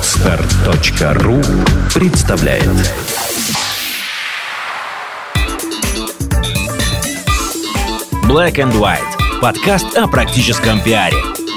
Podster.ru представляет. Black and White. Подкаст о практическом пиаре.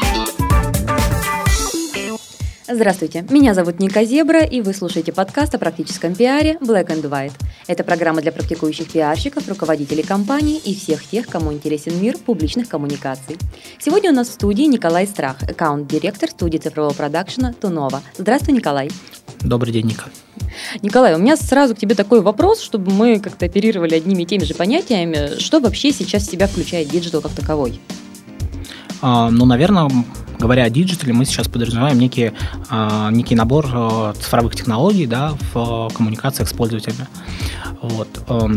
Здравствуйте, меня зовут Ника Зебра, и вы слушаете подкаст о практическом пиаре Black and White. Это программа для практикующих пиарщиков, руководителей компаний и всех тех, кому интересен мир публичных коммуникаций. Сегодня у нас в студии Николай Страх, аккаунт-директор студии цифрового продакшена Тунова. Здравствуй, Николай. Добрый день, Ника. Николай, у меня сразу к тебе такой вопрос, чтобы мы как-то оперировали одними и теми же понятиями. Что вообще сейчас в себя включает диджитал как таковой? Наверное, говоря о диджитале, мы сейчас подразумеваем некий набор цифровых технологий, да, в коммуникациях с пользователями. Вот.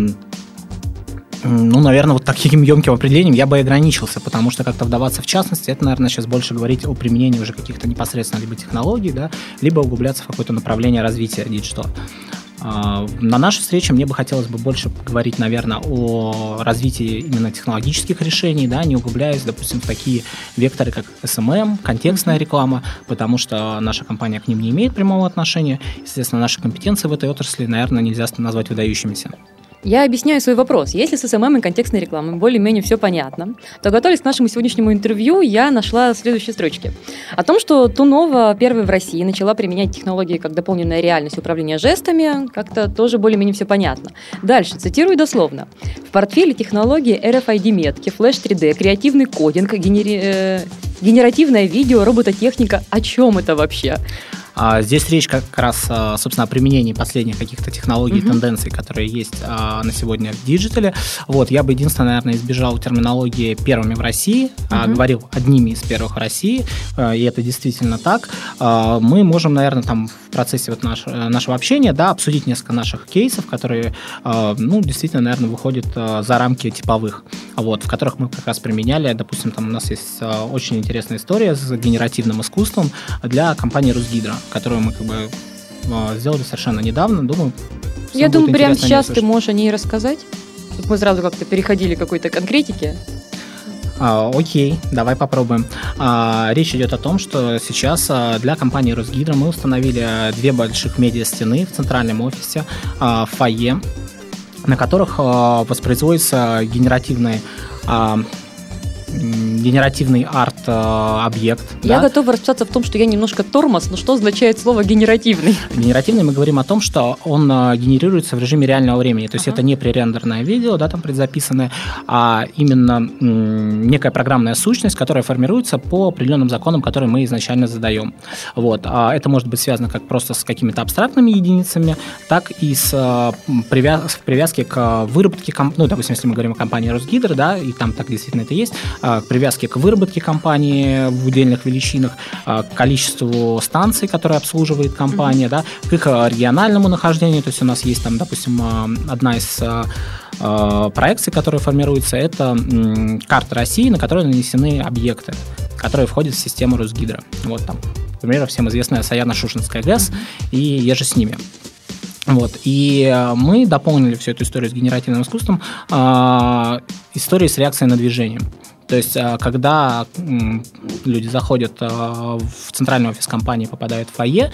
Наверное, вот таким емким определением я бы и ограничился, потому что как-то вдаваться в частности, это, наверное, сейчас больше говорить о применении уже каких-то непосредственно либо технологий, да, либо углубляться в какое-то направление развития диджитала. На нашей встрече мне бы хотелось бы больше поговорить, наверное, о развитии именно технологических решений, да, не углубляясь, допустим, в такие векторы, как SMM, контекстная реклама, потому что наша компания к ним не имеет прямого отношения. Естественно, наши компетенции в этой отрасли, наверное, нельзя назвать выдающимися. Я объясняю свой вопрос. Если с SMM и контекстной рекламой более-менее все понятно, то, готовясь к нашему сегодняшнему интервью, я нашла следующие строчки. О том, что Тунова первой в России начала применять технологии как дополненная реальность управления жестами, как-то тоже более-менее все понятно. Дальше, цитирую дословно. В портфеле технологии RFID-метки, флеш 3D, креативный кодинг, генеративное видео, робототехника. О чем это вообще? Здесь речь как раз, собственно, о применении последних каких-то технологий и тенденций, которые есть на сегодня в диджитале. Вот, я бы единственное, наверное, избежал терминологии «первыми в России», говорил «одними из первых в России», и это действительно так. Мы можем, наверное, там в процессе вот нашего общения, да, обсудить несколько наших кейсов, которые, действительно, наверное, выходят за рамки типовых, вот, в которых мы как раз применяли, допустим, там у нас есть очень интересная история с генеративным искусством для компании «Русгидро», которую мы сделали совершенно недавно. Я думаю, прямо сейчас ты можешь о ней рассказать, чтобы мы сразу как-то переходили к какой-то конкретике. Окей, давай попробуем. Речь идет о том, что сейчас для компании «Русгидро» мы установили 2 больших медиа-стены в центральном офисе, в фойе, на которых воспроизводится генеративный арт-объект. Я готова расписаться в том, что я немножко тормоз, но что означает слово «генеративный»? Генеративный мы говорим о том, что он генерируется в режиме реального времени, то есть это не пререндерное видео, да, там предзаписанное, а именно некая программная сущность, которая формируется по определенным законам, которые мы изначально задаем. Вот. Это может быть связано как просто с какими-то абстрактными единицами, так и с привязки к выработке, допустим, если мы говорим о компании «Русгидро», да, и там так действительно это есть, к привязке к выработке компании в удельных величинах, к количеству станций, которые обслуживает компания, да, к их региональному нахождению. То есть у нас есть там, допустим, одна из проекций, которая формируется, это карта России, на которой нанесены объекты, которые входят в систему Русгидро. Вот там, например, всем известная Саяно-Шушенская ГЭС и еже с ними. Вот. И мы дополнили всю эту историю с генеративным искусством историей с реакцией на движение. То есть, когда люди заходят в центральный офис компании, попадают в фойе,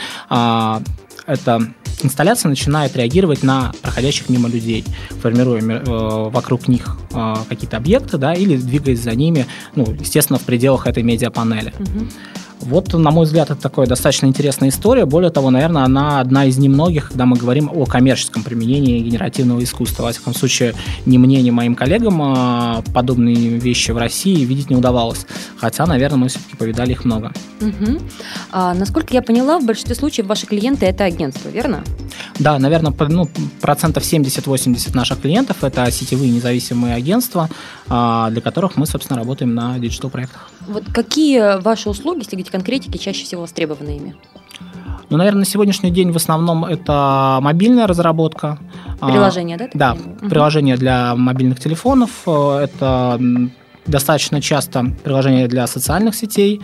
эта инсталляция начинает реагировать на проходящих мимо людей, формируя вокруг них какие-то объекты, да, или двигаясь за ними, естественно, в пределах этой медиапанели. Вот, на мой взгляд, это такая достаточно интересная история. Более того, наверное, она одна из немногих, когда мы говорим о коммерческом применении генеративного искусства. Во всяком случае, ни мне, ни моим коллегам подобные вещи в России видеть не удавалось. Хотя, наверное, мы все-таки повидали их много. Насколько я поняла, в большинстве случаев ваши клиенты – это агентства, верно? Да, наверное, 70-80% наших клиентов – это сетевые независимые агентства, для которых мы, собственно, работаем на диджитал-проектах. Вот какие ваши услуги, если говорить конкретики, чаще всего востребованы ими? Наверное, на сегодняшний день в основном это мобильная разработка. Приложения, да? Да, приложения для мобильных телефонов. Это достаточно часто приложения для социальных сетей.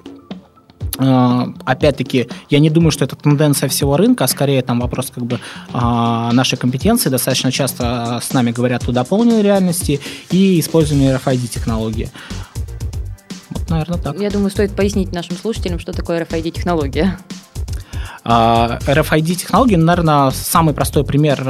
Опять-таки, я не думаю, что это тенденция всего рынка, а скорее там вопрос нашей компетенции. Достаточно часто с нами говорят о дополненной реальности и использовании RFID-технологии. Вот, наверное, так. Я думаю, стоит пояснить нашим слушателям, что такое RFID-технология. RFID-технологии, наверное, самый простой пример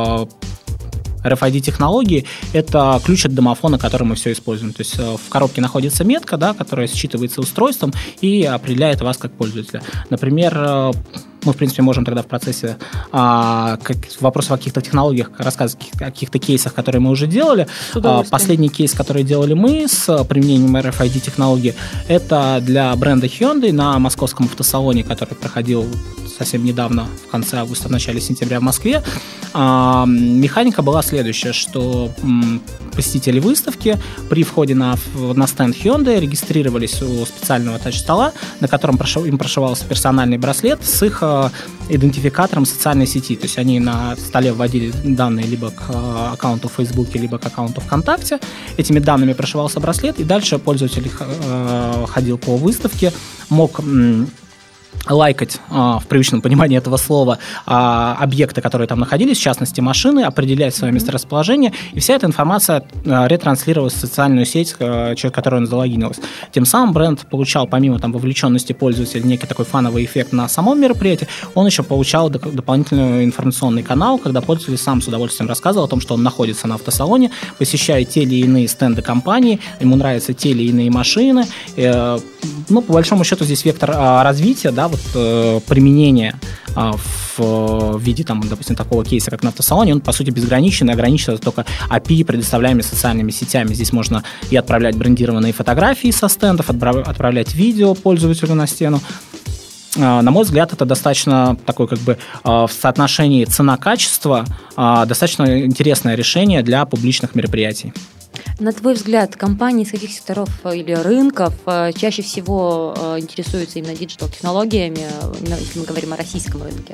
RFID-технологии – это ключ от домофона, который мы все используем. То есть в коробке находится метка, да, которая считывается устройством и определяет вас как пользователя. Например, мы, в принципе, можем тогда в процессе вопросов о каких-то технологиях рассказывать о каких-то кейсах, которые мы уже делали. Последний кейс, который делали мы с применением RFID-технологии, это для бренда Hyundai на московском автосалоне, который проходил совсем недавно, в конце августа, в начале сентября в Москве. Механика была следующая, что посетители выставки при входе на стенд Hyundai регистрировались у специального тач-стола, на котором им прошивался персональный браслет с их идентификатором социальной сети. То есть они на столе вводили данные либо к аккаунту в Фейсбуке, либо к аккаунту ВКонтакте. Этими данными прошивался браслет, и дальше пользователь ходил по выставке, мог лайкать, в привычном понимании этого слова, объекты, которые там находились, в частности машины, определять свое месторасположение, и вся эта информация ретранслировалась в социальную сеть, через которую он залогинился. Тем самым бренд получал, помимо там вовлеченности пользователя, некий такой фановый эффект на самом мероприятии, он еще получал дополнительный информационный канал, когда пользователь сам с удовольствием рассказывал о том, что он находится на автосалоне, посещает те или иные стенды компании, ему нравятся те или иные машины. По большому счету здесь вектор развития, да, применение в виде, там, допустим, такого кейса, как на автосалоне, он, по сути, безграничен и ограничивается только API, предоставляемыми социальными сетями. Здесь можно и отправлять брендированные фотографии со стендов, отправлять видео пользователю на стену. На мой взгляд, это достаточно такое, в соотношении цена-качество, достаточно интересное решение для публичных мероприятий. На твой взгляд, компании из каких секторов или рынков чаще всего интересуются именно диджитал-технологиями, если мы говорим о российском рынке?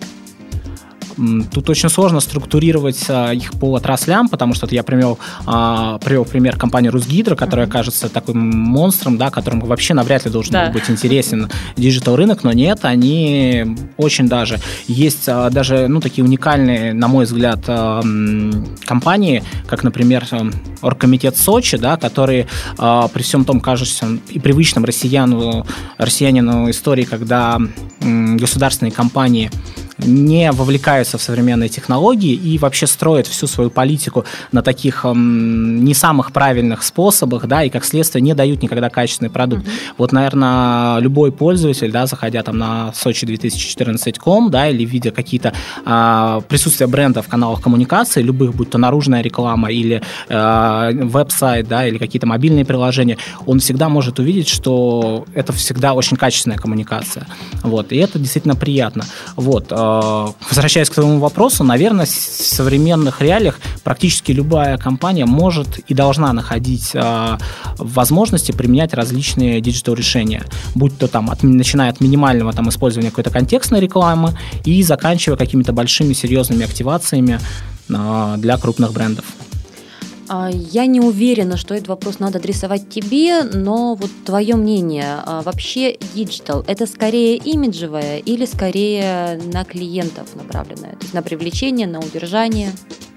Тут очень сложно структурировать их по отраслям, потому что я привел пример компании Русгидро, которая кажется таким монстром, да, которому вообще навряд ли должен быть интересен диджитал-рынок, но нет, они очень даже. Есть даже такие уникальные, на мой взгляд, компании, как, например, Оргкомитет Сочи, да, которые при всем том, кажется, и привычном россиянину истории, когда государственные компании не вовлекаются в современные технологии и вообще строят всю свою политику на таких не самых правильных способах, да, и как следствие не дают никогда качественный продукт. Вот, наверное, любой пользователь, да, заходя там на Sochi2014.com, да, или видя какие-то присутствия бренда в каналах коммуникации, любых, будь то наружная реклама или веб-сайт, да, или какие-то мобильные приложения, он всегда может увидеть, что это всегда очень качественная коммуникация. Вот, и это действительно приятно. Вот. Возвращаясь к твоему вопросу, наверное, в современных реалиях практически любая компания может и должна находить возможности применять различные диджитал-решения, будь то там, начиная от минимального там, использования какой-то контекстной рекламы и заканчивая какими-то большими серьезными активациями для крупных брендов. Я не уверена, что этот вопрос надо адресовать тебе, но вот твое мнение, вообще диджитал – это скорее имиджевое или скорее на клиентов направленное, то есть на привлечение, на удержание?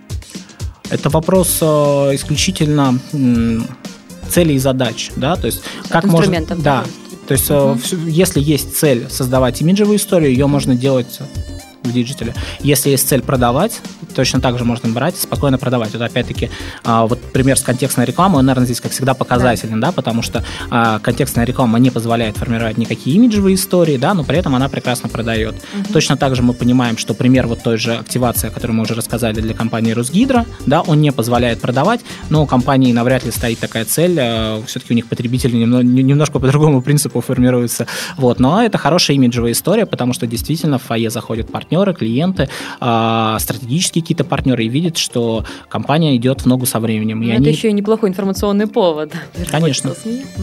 Это вопрос исключительно целей и задач, да, то есть как инструментов. Можно, да, то есть если есть цель создавать имиджевую историю, ее можно делать в диджитале. Если есть цель продавать, точно так же можно брать и спокойно продавать. Вот опять-таки, вот пример с контекстной рекламой, он, наверное, здесь, как всегда, показателен, да, потому что контекстная реклама не позволяет формировать никакие имиджевые истории, да, но при этом она прекрасно продает. Точно так же мы понимаем, что пример вот той же активации, о которой мы уже рассказали для компании Русгидро, да, он не позволяет продавать, но у компании навряд ли стоит такая цель, все-таки у них потребители немножко по другому принципу формируются. Вот, но это хорошая имиджевая история, потому что действительно в фойе заходят партнеры, клиенты, стратегические какие-то партнеры и видят, что компания идет в ногу со временем. Это еще и неплохой информационный повод. Конечно.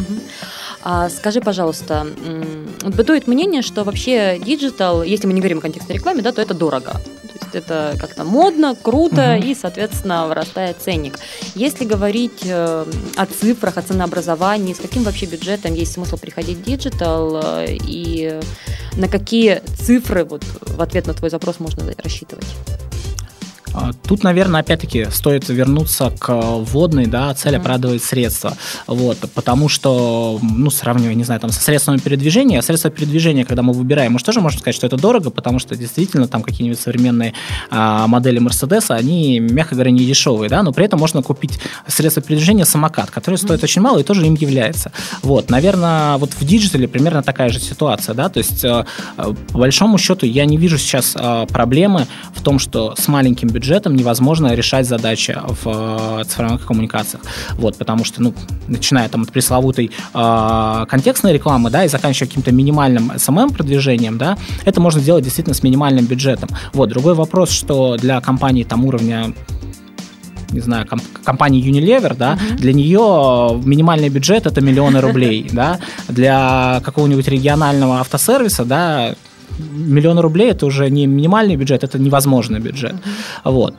Скажи, пожалуйста, бытует мнение, что вообще диджитал, если мы не говорим о контекстной рекламе, да, то это дорого. То есть это как-то модно, круто и, соответственно, вырастает ценник. Если говорить о цифрах, о ценообразовании, с каким вообще бюджетом есть смысл приходить в диджитал и на какие цифры вот, в ответ на твой запрос можно рассчитывать? Тут, наверное, опять-таки стоит вернуться к вводной, да, цель оправдывает средства. Вот, потому что, сравнивая, не знаю, там, со средствами передвижения, средства передвижения, когда мы выбираем, мы же тоже можем сказать, что это дорого, потому что действительно там какие-нибудь современные модели Мерседеса, они, мягко говоря, не дешевые, да, но при этом можно купить средство передвижения самокат, который стоит очень мало и тоже им является. Вот, наверное, вот в диджитале примерно такая же ситуация, да, то есть по большому счету я не вижу сейчас проблемы в том, что с маленьким бюджетом невозможно решать задачи в цифровых коммуникациях. Вот, потому что, начиная там от пресловутой контекстной рекламы, да, и заканчивая каким-то минимальным SMM-продвижением, да, это можно сделать действительно с минимальным бюджетом. Вот, другой вопрос, что для компании там уровня, не знаю, компании Unilever, да, для нее минимальный бюджет – это миллионы рублей, да, для какого-нибудь регионального автосервиса, да, миллион рублей – это уже не минимальный бюджет, это невозможный бюджет. Вот.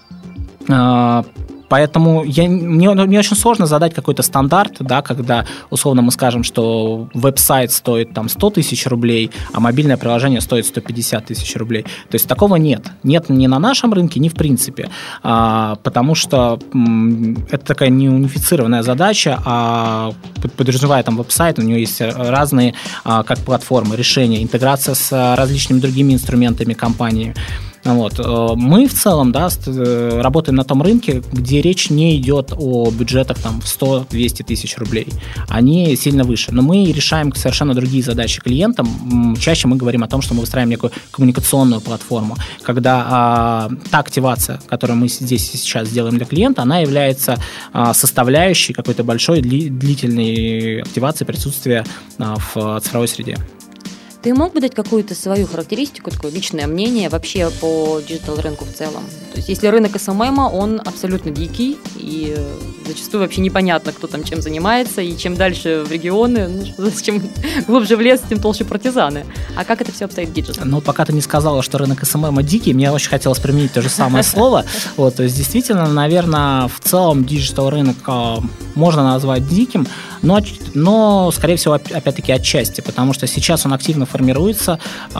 Поэтому мне очень сложно задать какой-то стандарт, да, когда, условно, мы скажем, что веб-сайт стоит там 100 тысяч рублей, а мобильное приложение стоит 150 тысяч рублей. То есть такого нет. Нет ни на нашем рынке, ни в принципе. Потому что это такая не унифицированная задача, а подразумевая там веб-сайт, у него есть разные, как платформы, решения, интеграция с различными другими инструментами компании. Вот. Мы в целом, да, работаем на том рынке, где речь не идет о бюджетах там, в 100-200 тысяч рублей. Они сильно выше. Но мы решаем совершенно другие задачи клиентам. Чаще мы говорим о том, что мы выстраиваем некую коммуникационную платформу, когда та активация, которую мы здесь сейчас делаем для клиента, она является составляющей какой-то большой длительной активации присутствия в цифровой среде. Ты мог бы дать какую-то свою характеристику, такое личное мнение вообще по диджитал-рынку в целом? То есть если рынок СММ, он абсолютно дикий, и зачастую вообще непонятно, кто там чем занимается, и чем дальше в регионы, чем глубже в лес, тем толще партизаны. А как это все обстоит в диджитале? Ну, пока ты не сказала, что рынок СММ дикий, мне очень хотелось применить то же самое слово. Вот, то есть действительно, наверное, в целом диджитал-рынок можно назвать диким, но, скорее всего, опять-таки отчасти, потому что сейчас он активно формируется.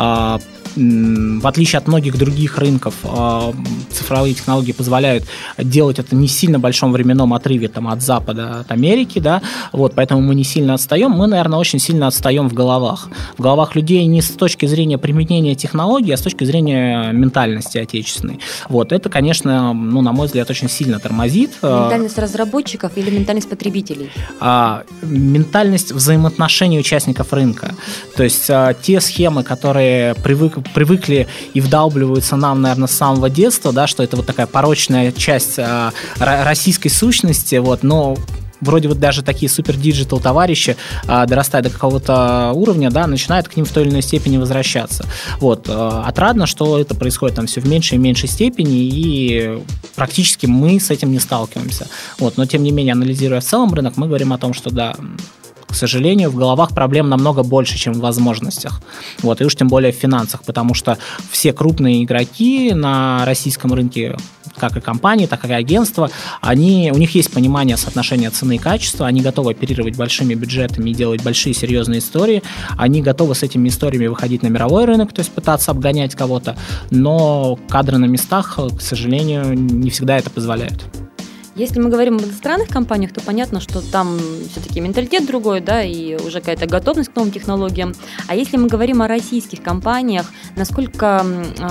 В отличие от многих других рынков, цифровые технологии позволяют делать это не сильно большом временном отрыве там, от Запада, от Америки, да, вот, поэтому мы не сильно отстаем, мы, наверное, очень сильно отстаем в головах людей не с точки зрения применения технологий, а с точки зрения ментальности отечественной. Вот, это, конечно, на мой взгляд, очень сильно тормозит. Ментальность разработчиков или ментальность потребителей? Ментальность взаимоотношений участников рынка. То есть те схемы, которые привыкли и вдалбливаются нам, наверное, с самого детства, да, что это вот такая порочная часть российской сущности, вот, но вроде вот даже такие супер-диджитал товарищи, дорастая до какого-то уровня, да, начинают к ним в той или иной степени возвращаться. Вот. Отрадно, что это происходит там все в меньшей и меньшей степени, и практически мы с этим не сталкиваемся. Вот. Но, тем не менее, анализируя в целом рынок, мы говорим о том, что, да, к сожалению, в головах проблем намного больше, чем в возможностях. Вот, и уж тем более в финансах, потому что все крупные игроки на российском рынке, как и компании, так и агентства, у них есть понимание соотношения цены и качества, они готовы оперировать большими бюджетами и делать большие серьезные истории, они готовы с этими историями выходить на мировой рынок, то есть пытаться обгонять кого-то, но кадры на местах, к сожалению, не всегда это позволяют. Если мы говорим об иностранных компаниях, то понятно, что там все-таки менталитет другой, да, и уже какая-то готовность к новым технологиям. А если мы говорим о российских компаниях, насколько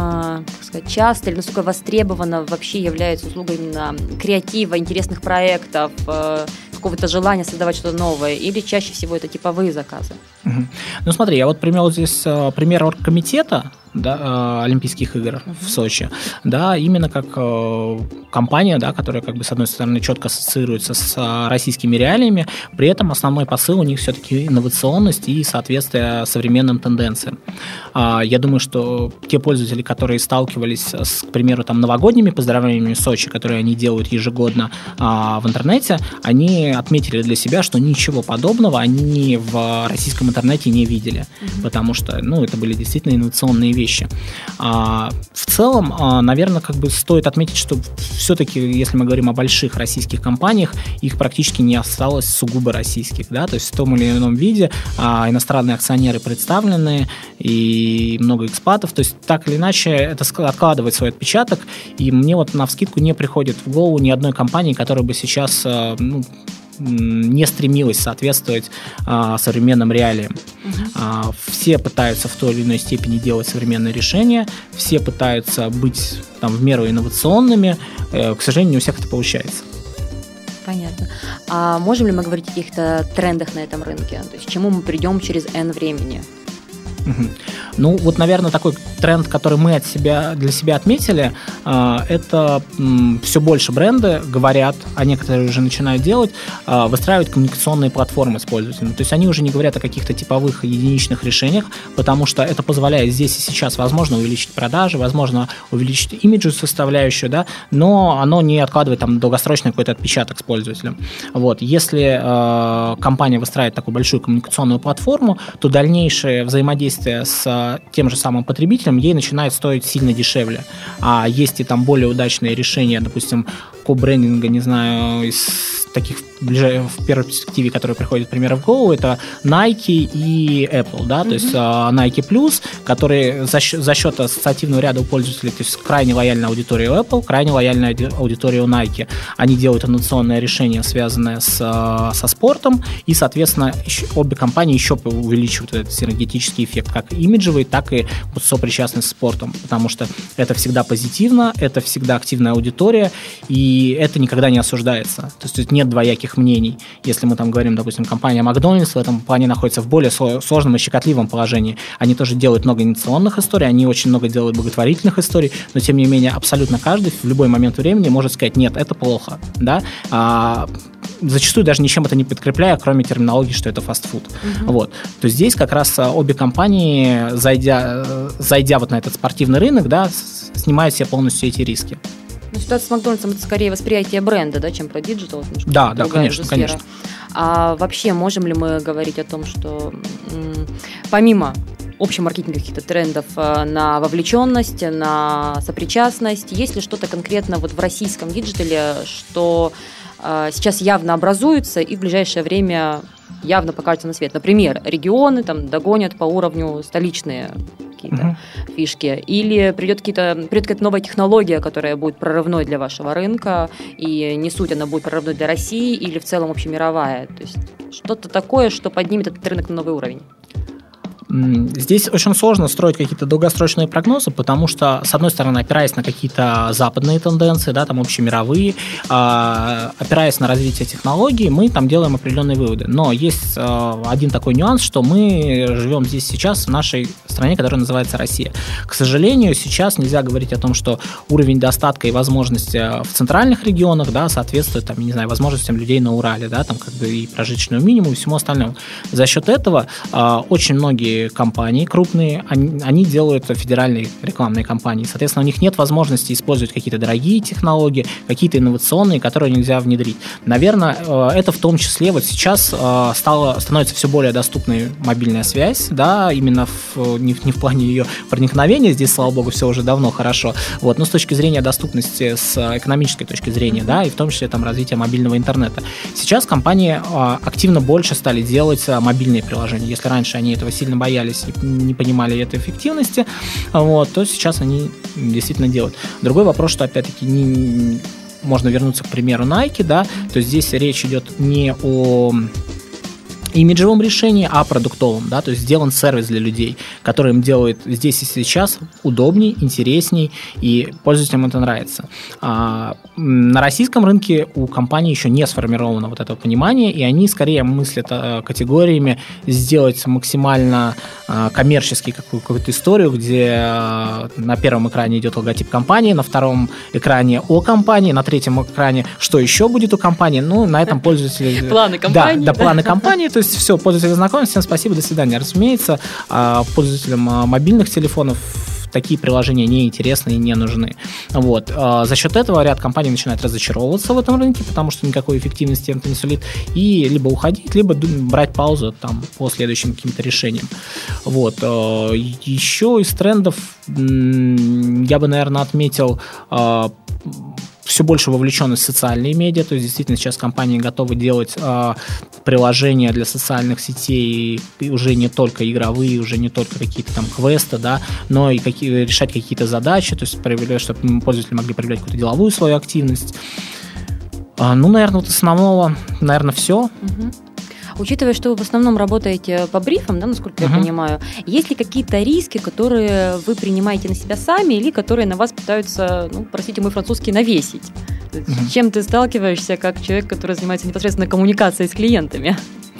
часто или насколько востребована вообще является услуга именно креатива, интересных проектов, какого-то желания создавать что-то новое, или чаще всего это типовые заказы? Ну смотри, я вот привел здесь пример оргкомитета, да, Олимпийских игр в Сочи, да, именно как компания, да, которая как бы с одной стороны четко ассоциируется с российскими реалиями, при этом основной посыл у них все-таки инновационность и соответствие современным тенденциям. Я думаю, что те пользователи, которые сталкивались с, к примеру, там, новогодними поздравлениями в Сочи, которые они делают ежегодно в интернете, они отметили для себя, что ничего подобного они в российском интернете не видели, потому что, это были действительно инновационные вещи. вещи. В целом, наверное, стоит отметить, что все-таки, если мы говорим о больших российских компаниях, их практически не осталось сугубо российских, да, то есть в том или ином виде иностранные акционеры представлены и много экспатов, то есть так или иначе это откладывает свой отпечаток, и мне навскидку не приходит в голову ни одной компании, которая бы сейчас не стремилась соответствовать современным реалиям. Все пытаются в той или иной степени делать современные решения, все пытаются быть в меру инновационными, к сожалению, не у всех это получается. Понятно. А можем ли мы говорить о каких-то трендах на этом рынке? То есть к чему мы придем через N времени? Наверное, такой тренд, который мы для себя отметили, это все больше бренды говорят, а некоторые уже начинают делать, выстраивать коммуникационные платформы с пользователями. То есть они уже не говорят о каких-то типовых единичных решениях, потому что это позволяет здесь и сейчас, возможно, увеличить продажи, возможно, увеличить имиджевую составляющую, да, но оно не откладывает долгосрочный какой-то отпечаток с пользователем. Если компания выстраивает такую большую коммуникационную платформу, то дальнейшее взаимодействие с тем же самым потребителем ей начинает стоить сильно дешевле. А есть и более удачные решения, допустим, ко-брендинга, не знаю, из таких в первой перспективе, которые приходят, например, в голову, это Nike и Apple, да, то есть Nike Plus, которые за счет ассоциативного ряда у пользователей, то есть крайне лояльная аудитория у Apple, крайне лояльная аудитория у Nike. Они делают инновационное решение, связанное со спортом, и, соответственно, обе компании еще увеличивают этот синергетический эффект, как имиджевый, так и сопричастный с спортом, потому что это всегда позитивно, это всегда активная аудитория, и это никогда не осуждается. То есть нет двояких мнений. Если мы говорим, допустим, компания Макдональдс в этом плане находится в более сложном и щекотливом положении. Они тоже делают много инициационных историй, они очень много делают благотворительных историй, но, тем не менее, абсолютно каждый в любой момент времени может сказать: нет, это плохо, да, зачастую даже ничем это не подкрепляя, кроме терминологии, что это фастфуд. То есть здесь как раз обе компании, зайдя на этот спортивный рынок, да, снимают себе полностью эти риски. Ситуация с Макдональдсом – это скорее восприятие бренда, да, чем про диджитал. Да, конечно. А вообще можем ли мы говорить о том, что помимо общемаркетинговых каких-то трендов на вовлеченность, на сопричастность, есть ли что-то конкретно в российском диджитале, что сейчас явно образуется и в ближайшее время явно покажется на свет? Например, регионы догонят по уровню столичные какие-то фишки, или придет какая-то новая технология, которая будет прорывной для вашего рынка, и не суть, она будет прорывной для России или в целом общемировая. То есть что-то такое, что поднимет этот рынок на новый уровень. Здесь очень сложно строить какие-то долгосрочные прогнозы, потому что, с одной стороны, опираясь на какие-то западные тенденции, да, общемировые, опираясь на развитие технологий, мы делаем определенные выводы. Но есть один такой нюанс, что мы живем здесь сейчас в нашей стране, которая называется Россия. К сожалению, сейчас нельзя говорить о том, что уровень достатка и возможности в центральных регионах, да, соответствует возможностям людей на Урале, да, и прожиточному минимуму и всему остальному. За счет этого очень многие компании крупные, они делают федеральные рекламные кампании. Соответственно, у них нет возможности использовать какие-то дорогие технологии, какие-то инновационные, которые нельзя внедрить. Наверное, это в том числе сейчас становится все более доступной мобильная связь, да, именно не в плане ее проникновения, здесь, слава богу, все уже давно хорошо, но с точки зрения доступности, с экономической точки зрения, да, и в том числе развития мобильного интернета. Сейчас компании активно больше стали делать мобильные приложения. Если раньше они этого сильно боялись и не понимали этой эффективности, то сейчас они действительно делают. Другой вопрос, что опять-таки можно вернуться к примеру Nike, да, то есть здесь речь идет не о имиджевом решении, а продуктовом, да, то есть сделан сервис для людей, который им делает здесь и сейчас удобней, интересней, и пользователям это нравится. На российском рынке у компаний еще не сформировано это понимание, и они скорее мыслят категориями сделать максимально коммерчески какую-то историю, где на первом экране идет логотип компании, на втором экране о компании, на третьем экране что еще будет у компании, на этом пользователи... Планы компании. Да, планы компании, то есть все, пользователи знакомы, всем спасибо, до свидания. Разумеется, пользователям мобильных телефонов такие приложения неинтересны и не нужны. Вот. За счет этого ряд компаний начинает разочаровываться в этом рынке, потому что никакой эффективности это не сулит, и либо уходить, либо брать паузу там, по следующим каким-то решениям. Вот. Еще из трендов я бы, наверное, отметил все больше вовлеченность в социальные медиа, то есть действительно сейчас компании готовы делать приложения для социальных сетей и уже не только игровые, уже не только какие-то там квесты, да, но и решать какие-то задачи, то есть чтобы пользователи могли проявлять какую-то деловую свою активность. Наверное, вот основного, все. Учитывая, что вы в основном работаете по брифам, да, насколько я понимаю, есть ли какие-то риски, которые вы принимаете на себя сами или которые на вас пытаются, простите мой французский, навесить? С чем ты сталкиваешься как человек, который занимается непосредственно коммуникацией с клиентами?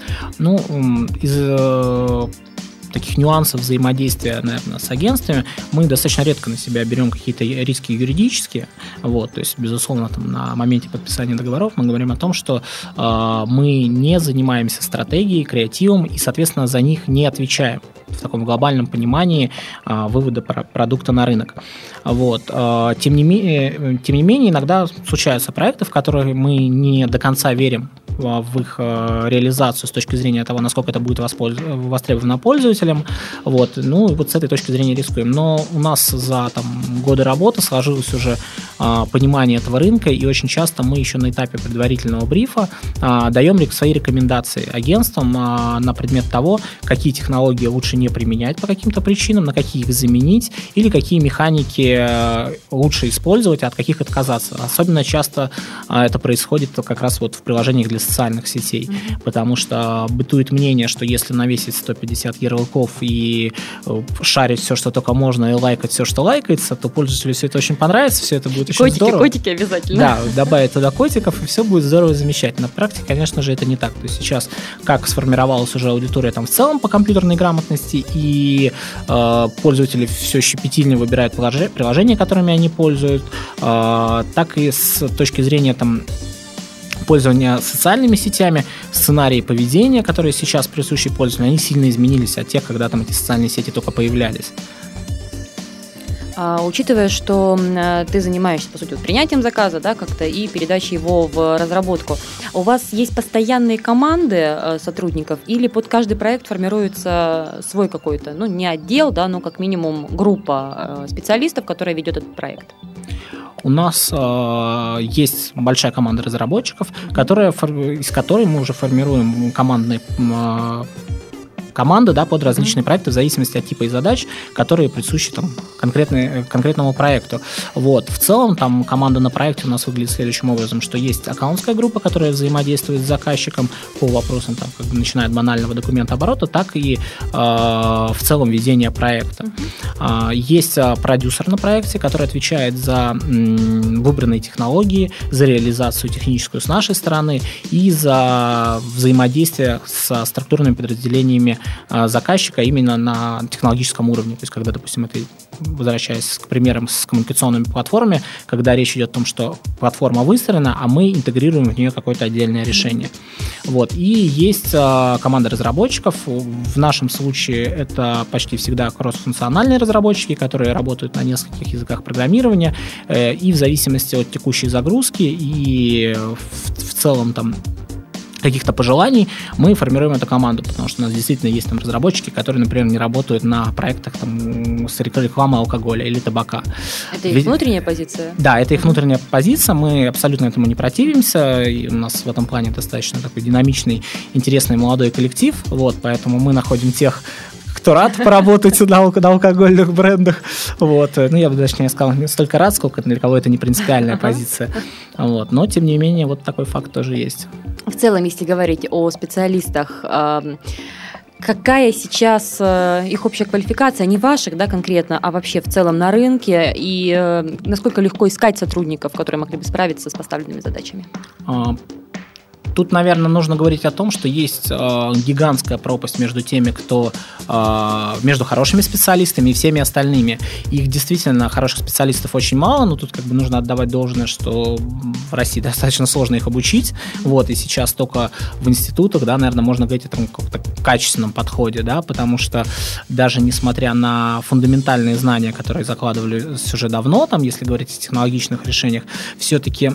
Из таких нюансов взаимодействия, наверное, с агентствами мы достаточно редко на себя берем какие-то риски юридические. Вот, то есть, безусловно, там, на моменте подписания договоров мы говорим о том, что мы не занимаемся стратегией, креативом и, соответственно, за них не отвечаем в таком глобальном понимании вывода продукта на рынок. Вот. Тем не менее, иногда случаются проекты, в которые мы не до конца верим в их реализацию с точки зрения того, насколько это будет востребовано пользователям. Вот. Вот с этой точки зрения рискуем. Но у нас за годы работы сложилось уже понимание этого рынка, и очень часто мы еще на этапе предварительного брифа даем свои рекомендации агентствам на предмет того, какие технологии лучше не применять по каким-то причинам, на какие их заменить, или какие механики лучше использовать, а от каких отказаться. Особенно часто это происходит как раз вот в приложениях для социальных сетей, потому что бытует мнение, что если навесить 150 ярлыков и шарить все, что только можно, и лайкать все, что лайкается, то пользователю все это очень понравится, все это будет очень здорово. Котики обязательно. Да, добавить туда котиков, и все будет здорово и замечательно. На практике, конечно же, это не так. То есть сейчас как сформировалась уже аудитория в целом по компьютерной грамотности, и пользователи все щепетильнее выбирают приложения, которыми они пользуются, так и с точки зрения пользования социальными сетями, сценарии поведения, которые сейчас присущи пользователям, они сильно изменились от тех, когда эти социальные сети только появлялись. Учитывая, что ты занимаешься, по сути, принятием заказа, да, как-то и передачей его в разработку, у вас есть постоянные команды сотрудников или под каждый проект формируется свой какой-то, не отдел, да, но как минимум группа специалистов, которая ведет этот проект? У нас есть большая команда разработчиков, из которой мы уже формируем команды, да, под различные проекты в зависимости от типа и задач, которые присущи конкретному проекту. Вот. В целом команда на проекте у нас выглядит следующим образом, что есть аккаунтская группа, которая взаимодействует с заказчиком по вопросам, начиная от банального документооборота, так и в целом ведения проекта. Есть продюсер на проекте, который отвечает за выбранные технологии, за реализацию техническую с нашей стороны и за взаимодействие со структурными подразделениями заказчика именно на технологическом уровне. То есть, когда, допустим, это, возвращаясь к примерам с коммуникационными платформами, когда речь идет о том, что платформа выстроена, а мы интегрируем в нее какое-то отдельное решение. Вот. И есть команда разработчиков. В нашем случае это почти всегда кроссфункциональные разработчики, которые работают на нескольких языках программирования, и в зависимости от текущей загрузки и в целом каких-то пожеланий, мы формируем эту команду, потому что у нас действительно есть разработчики, которые, например, не работают на проектах с рекламой алкоголя или табака. Это их внутренняя позиция? Да, это их внутренняя позиция, мы абсолютно этому не противимся, и у нас в этом плане достаточно такой динамичный, интересный молодой коллектив, вот, поэтому мы находим тех, кто рад поработать на алкогольных брендах. Вот. Я бы даже не сказал, не столько рад, сколько для кого это не принципиальная позиция. Вот. Но, тем не менее, вот такой факт тоже есть. В целом, если говорить о специалистах, какая сейчас их общая квалификация, не ваших, да, конкретно, а вообще в целом на рынке, и насколько легко искать сотрудников, которые могли бы справиться с поставленными задачами? Тут, наверное, нужно говорить о том, что есть гигантская пропасть между теми, кто между хорошими специалистами и всеми остальными. Их действительно, хороших специалистов очень мало, но тут как бы нужно отдавать должное, что в России достаточно сложно их обучить. Вот, и сейчас только в институтах, да, наверное, можно говорить о каком-то качественном подходе, да, потому что даже несмотря на фундаментальные знания, которые закладывались уже давно, там, если говорить о технологичных решениях, все-таки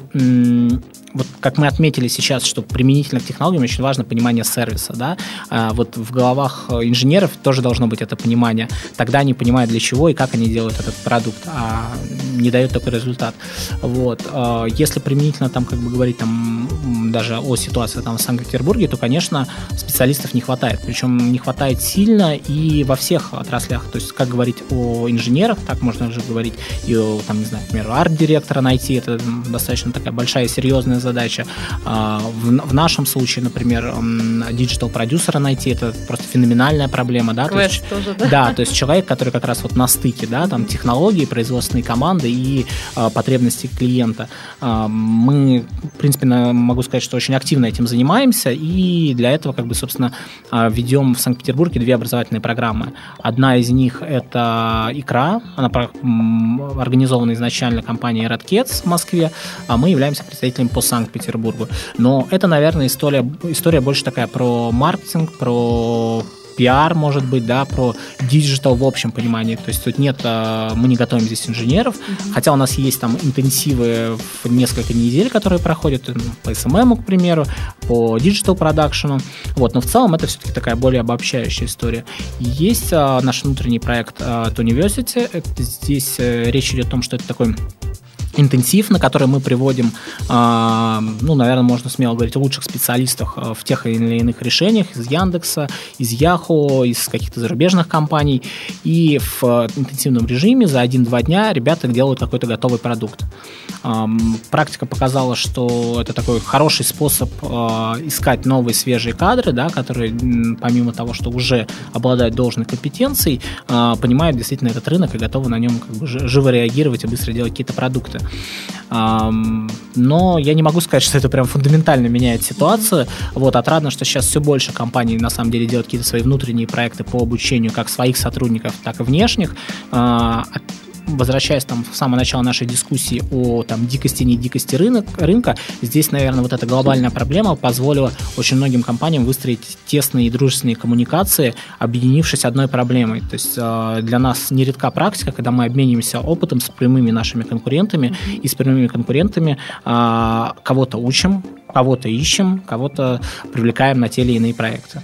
вот как мы отметили сейчас, что применительно к технологиям очень важно понимание сервиса, да, вот в головах инженеров тоже должно быть это понимание, тогда они понимают, для чего и как они делают этот продукт, а не дают такой результат. Вот. Если применительно там, как бы говорить там даже о ситуации там в Санкт-Петербурге, то, конечно, специалистов не хватает, причем не хватает сильно и во всех отраслях, то есть как говорить о инженерах, так можно уже говорить и о, там, не знаю, например, арт-директора найти, это достаточно такая большая и серьезная задача. В нашем случае, например, диджитал-продюсера найти, это просто феноменальная проблема, да? Квест тоже, да? Да, то есть человек, который как раз вот на стыке, да, там технологии, производственные команды и потребности клиента. Мы, в принципе, могу сказать, что очень активно этим занимаемся, и для этого, как бы, собственно, ведем в Санкт-Петербурге 2 образовательные программы. Одна из них — это «Икра», она организована изначально компанией Redcats в Москве, а мы являемся представителями по Санкт-Петербургу. Но это, наверное, история больше такая про маркетинг, про пиар, может быть, да, про диджитал в общем понимании. То есть тут нет, мы не готовим здесь инженеров, хотя у нас есть там интенсивы в несколько недель, которые проходят по SMM, к примеру, по диджитал-продакшену. Вот, но в целом это все-таки такая более обобщающая история. Есть наш внутренний проект Tuniversity. Здесь речь идет о том, что это такой интенсив, на который мы приводим, ну, наверное, можно смело говорить, лучших специалистов в тех или иных решениях из Яндекса, из Яху, из каких-то зарубежных компаний. И в интенсивном режиме за 1-2 дня ребята делают какой-то готовый продукт. Практика показала, что это такой хороший способ искать новые свежие кадры, да, которые, помимо того, что уже обладают должной компетенцией, понимают действительно этот рынок и готовы на нем как бы живо реагировать и быстро делать какие-то продукты. Но я не могу сказать, что это прям фундаментально меняет ситуацию. Вот, отрадно, что сейчас все больше компаний на самом деле делают какие-то свои внутренние проекты по обучению как своих сотрудников, так и внешних. Возвращаясь там в самое начало нашей дискуссии о там дикости, не дикости рынка, здесь, наверное, вот эта глобальная проблема позволила очень многим компаниям выстроить тесные и дружественные коммуникации, объединившись одной проблемой. То есть для нас нередка практика, когда мы обмениваемся опытом с прямыми нашими конкурентами, и с прямыми конкурентами кого-то учим, кого-то ищем, кого-то привлекаем на те или иные проекты.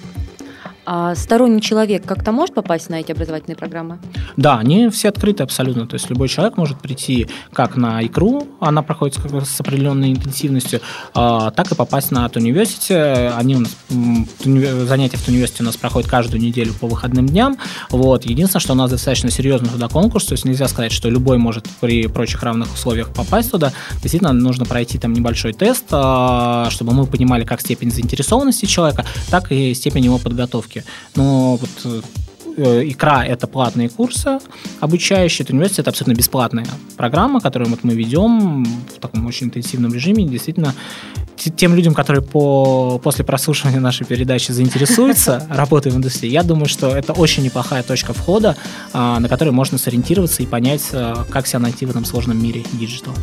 А сторонний человек как-то может попасть на эти образовательные программы? Да, они все открыты абсолютно. То есть любой человек может прийти как на икру, она проходит с определенной интенсивностью, так и попасть на Tuniversity. Они у нас, занятия в Tuniversity у нас проходят каждую неделю по выходным дням. Вот. Единственное, что у нас достаточно серьезный туда конкурс, то есть нельзя сказать, что любой может при прочих равных условиях попасть туда. Действительно, нужно пройти там небольшой тест, чтобы мы понимали как степень заинтересованности человека, так и степень его подготовки. Но вот «Икра» — это платные курсы обучающие, Tuniversity — это абсолютно бесплатная программа, которую вот мы ведем в таком очень интенсивном режиме. Действительно, тем людям, которые после прослушивания нашей передачи заинтересуются работой в индустрии, я думаю, что это очень неплохая точка входа, на которой можно сориентироваться и понять, как себя найти в этом сложном мире диджитала.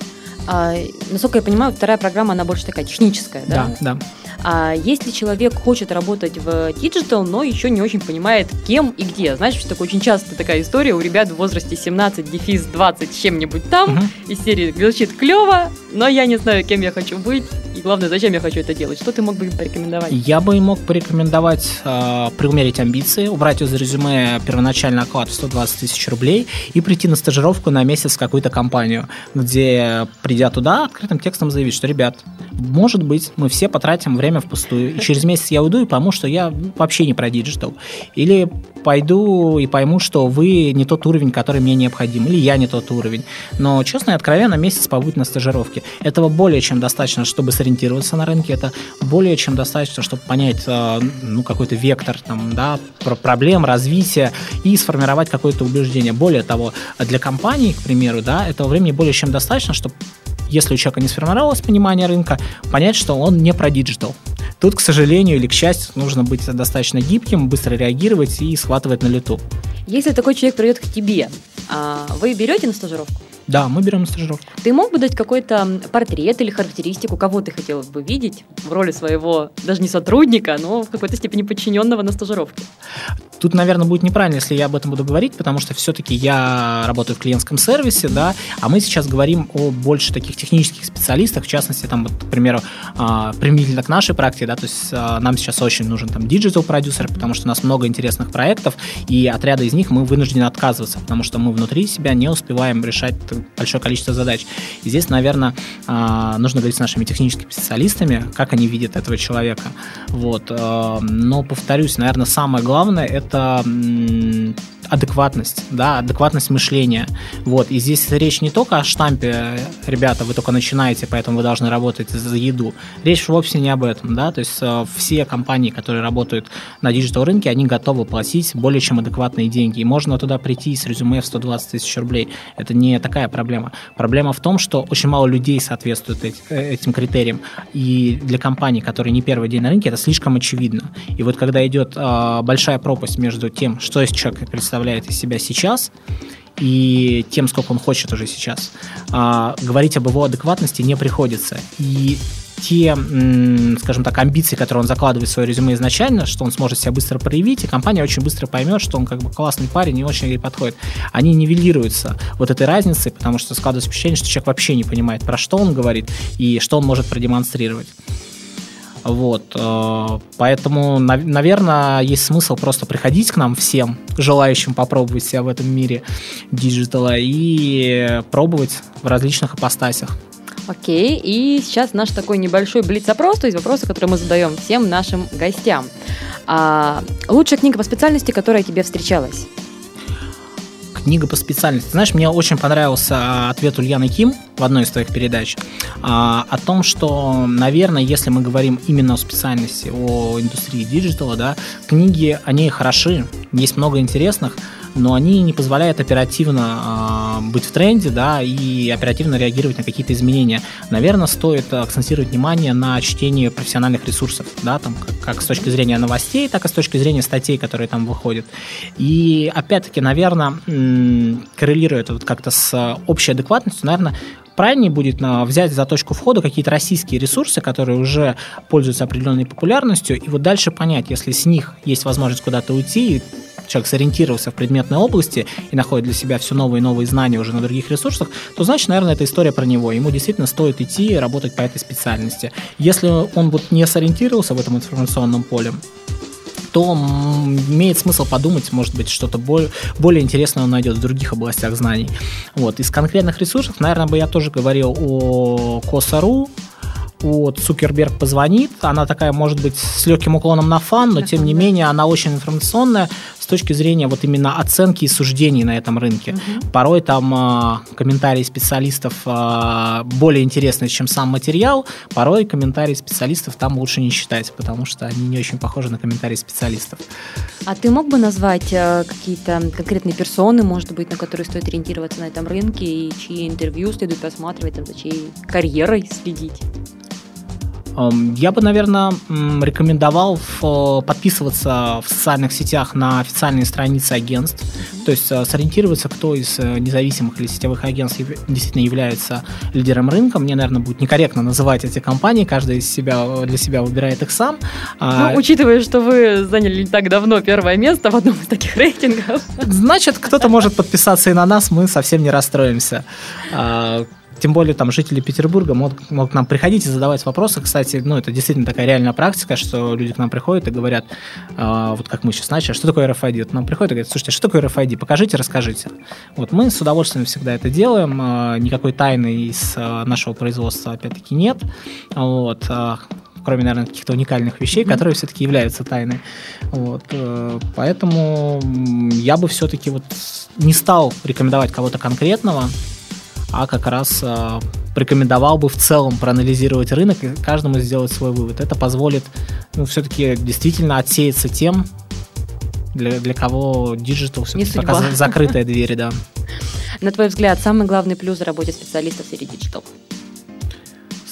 Насколько я понимаю, вторая программа, она больше такая техническая, да? Да. А если человек хочет работать в диджитал, но еще не очень понимает, кем и где? Знаешь, что такое очень часто такая история у ребят в возрасте 17-20 чем-нибудь там, из серии звучит клево, но я не знаю, кем я хочу быть, и главное, зачем я хочу это делать. Что ты мог бы им порекомендовать? Я бы им мог порекомендовать преумерить амбиции, убрать из резюме первоначальный оклад в 120 тысяч рублей и прийти на стажировку на месяц в какую-то компанию, где, придя туда, открытым текстом заявить, что, ребят, может быть, мы все потратим время впустую, и через месяц я уйду и пойму, что я вообще не про диджитал. Или пойду и пойму, что вы не тот уровень, который мне необходим, или я не тот уровень. Но, честно и откровенно, месяц побудь на стажировке. Этого более чем достаточно, чтобы сориентироваться на рынке, это более чем достаточно, чтобы понять какой-то вектор там, да, проблем, развития и сформировать какое-то убеждение. Более того, для компаний, к примеру, да, этого времени более чем достаточно, чтобы если у человека не сформировалось понимание рынка, понять, что он не про диджитал. Тут, к сожалению или к счастью, нужно быть достаточно гибким, быстро реагировать и схватывать на лету. Если такой человек придет к тебе, вы берете на стажировку? Да, мы берем на стажировку. Ты мог бы дать какой-то портрет или характеристику, кого ты хотел бы видеть в роли своего, даже не сотрудника, но в какой-то степени подчиненного на стажировке? Тут, наверное, будет неправильно, если я об этом буду говорить, потому что все-таки я работаю в клиентском сервисе, да, а мы сейчас говорим о больше таких технических специалистах, в частности, там, вот, к примеру, применительно к нашей практике, да, то есть нам сейчас очень нужен там диджитал-продюсер, потому что у нас много интересных проектов, и от ряда из них мы вынуждены отказываться, потому что мы внутри себя не успеваем решать большое количество задач. И здесь, наверное, нужно говорить с нашими техническими специалистами, как они видят этого человека. Вот. Но, повторюсь, наверное, самое главное – это адекватность, да, адекватность мышления. Вот. И здесь речь не только о штампе, ребята, вы только начинаете, поэтому вы должны работать за еду. Речь вовсе не об этом, да, то есть все компании, которые работают на диджитал-рынке, они готовы платить более чем адекватные деньги. И можно туда прийти с резюме в 120 тысяч рублей. Это не такая проблема. Проблема в том, что очень мало людей соответствует этим критериям. И для компаний, которые не первый день на рынке, это слишком очевидно. И вот когда идет большая пропасть между тем, что человек представляет из себя сейчас, и тем, сколько он хочет уже сейчас, говорить об его адекватности не приходится. И те, скажем так, амбиции, которые он закладывает в свое резюме изначально, что он сможет себя быстро проявить, и компания очень быстро поймет, что он как бы классный парень и очень ей подходит. Они нивелируются вот этой разницей, потому что складывается впечатление, что человек вообще не понимает, про что он говорит и что он может продемонстрировать. Вот, поэтому, наверное, есть смысл просто приходить к нам всем, желающим попробовать себя в этом мире диджитала, и пробовать в различных ипостасях. Окей, и сейчас наш такой небольшой блиц-опрос, то есть вопросы, которые мы задаем всем нашим гостям. Лучшая книга по специальности, которая тебе встречалась? Книга по специальности. Знаешь, мне очень понравился ответ Ульяны Ким в одной из твоих передач о том, что, наверное, если мы говорим именно о специальности, о индустрии диджитала, да, книги, они хороши, есть много интересных, но они не позволяют оперативно быть в тренде, да, и оперативно реагировать на какие-то изменения. Наверное, стоит акцентировать внимание на чтении профессиональных ресурсов, да, там, как с точки зрения новостей, так и с точки зрения статей, которые там выходят. И, опять-таки, наверное, коррелирует вот как-то с общей адекватностью, наверное, правильнее будет взять за точку входа какие-то российские ресурсы, которые уже пользуются определенной популярностью, и вот дальше понять, если с них есть возможность куда-то уйти, человек сориентировался в предметной области и находит для себя все новые и новые знания уже на других ресурсах, то, значит, наверное, это история про него. Ему действительно стоит идти и работать по этой специальности. Если он вот не сориентировался в этом информационном поле, то имеет смысл подумать, может быть, что-то более интересное он найдет в других областях знаний. Вот. Из конкретных ресурсов, наверное, бы я тоже говорил о Коса.ру, от Цукерберг позвонит. Она такая, может быть, с легким уклоном на фан, но, тем не менее, она очень информационная с точки зрения вот именно оценки и суждений на этом рынке. Порой там комментарии специалистов более интересные, чем сам материал. Порой комментарии специалистов там лучше не читать, потому что они не очень похожи на комментарии специалистов. А ты мог бы назвать какие-то конкретные персоны, может быть, на которые стоит ориентироваться на этом рынке, и чьи интервью следует просматривать, там, за чьей карьерой следить? Я бы, наверное, рекомендовал подписываться в социальных сетях на официальные страницы агентств, то есть сориентироваться, кто из независимых или сетевых агентств действительно является лидером рынка. Мне, наверное, будет некорректно называть эти компании, каждый для себя выбирает их сам. Ну, учитывая, что вы заняли не так давно первое место в одном из таких рейтингов. Значит, кто-то может подписаться и на нас, мы совсем не расстроимся. Тем более, там, жители Петербурга могут к нам приходить и задавать вопросы. Кстати, это действительно такая реальная практика, что люди к нам приходят и говорят, вот как мы сейчас начали, что такое RFID? Вот к нам приходят и говорят, слушайте, что такое RFID? Покажите, расскажите. Вот мы с удовольствием всегда это делаем. Никакой тайны из нашего производства, опять-таки, нет. Вот. Кроме, наверное, каких-то уникальных вещей, которые все-таки являются тайной. Вот. Поэтому я бы все-таки вот не стал рекомендовать кого-то конкретного, а как раз рекомендовал бы в целом проанализировать рынок и каждому сделать свой вывод. Это позволит все-таки действительно отсеяться тем, для кого диджитал все-таки пока закрытая дверь, да. На твой взгляд, самый главный плюс в работе специалистов в сфере диджитал?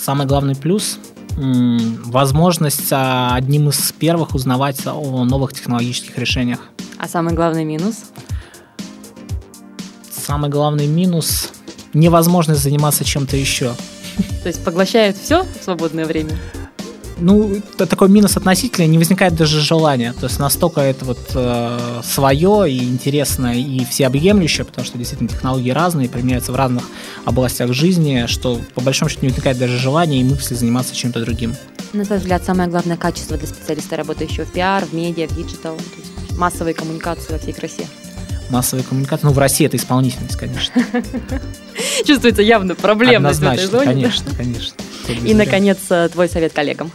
Самый главный плюс – возможность одним из первых узнавать о новых технологических решениях. А самый главный минус? Самый главный минус – невозможность заниматься чем-то еще. То есть поглощает все в свободное время? Ну, это такой минус относительный, не возникает даже желания. То есть настолько это вот свое и интересное, и всеобъемлющее, потому что действительно технологии разные, применяются в разных областях жизни, что по большому счету не возникает даже желания и мысли заниматься чем-то другим. На твой взгляд, самое главное качество для специалиста, работающего в пиар, в медиа, в диджитал, массовые коммуникации во всей красе? Массовая коммуникация. Ну, в России это исполнительность, конечно. Чувствуется явно проблемность в этой зоне. Конечно, конечно. И, наконец, твой совет коллегам.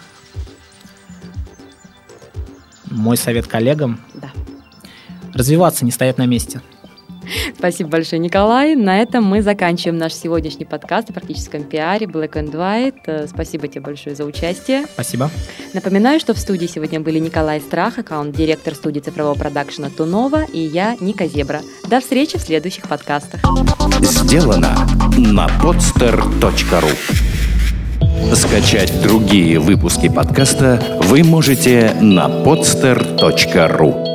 Мой совет коллегам? Да. Развиваться, не стоять на месте. Спасибо большое, Николай. На этом мы заканчиваем наш сегодняшний подкаст о практическом пиаре Black and White. Спасибо тебе большое за участие. Спасибо. Напоминаю, что в студии сегодня были Николай Страх, аккаунт-директор студии цифрового продакшена Тунова, и я, Ника Зебра. До встречи в следующих подкастах. Сделано на podster.ru. Скачать другие выпуски подкаста вы можете на podster.ru.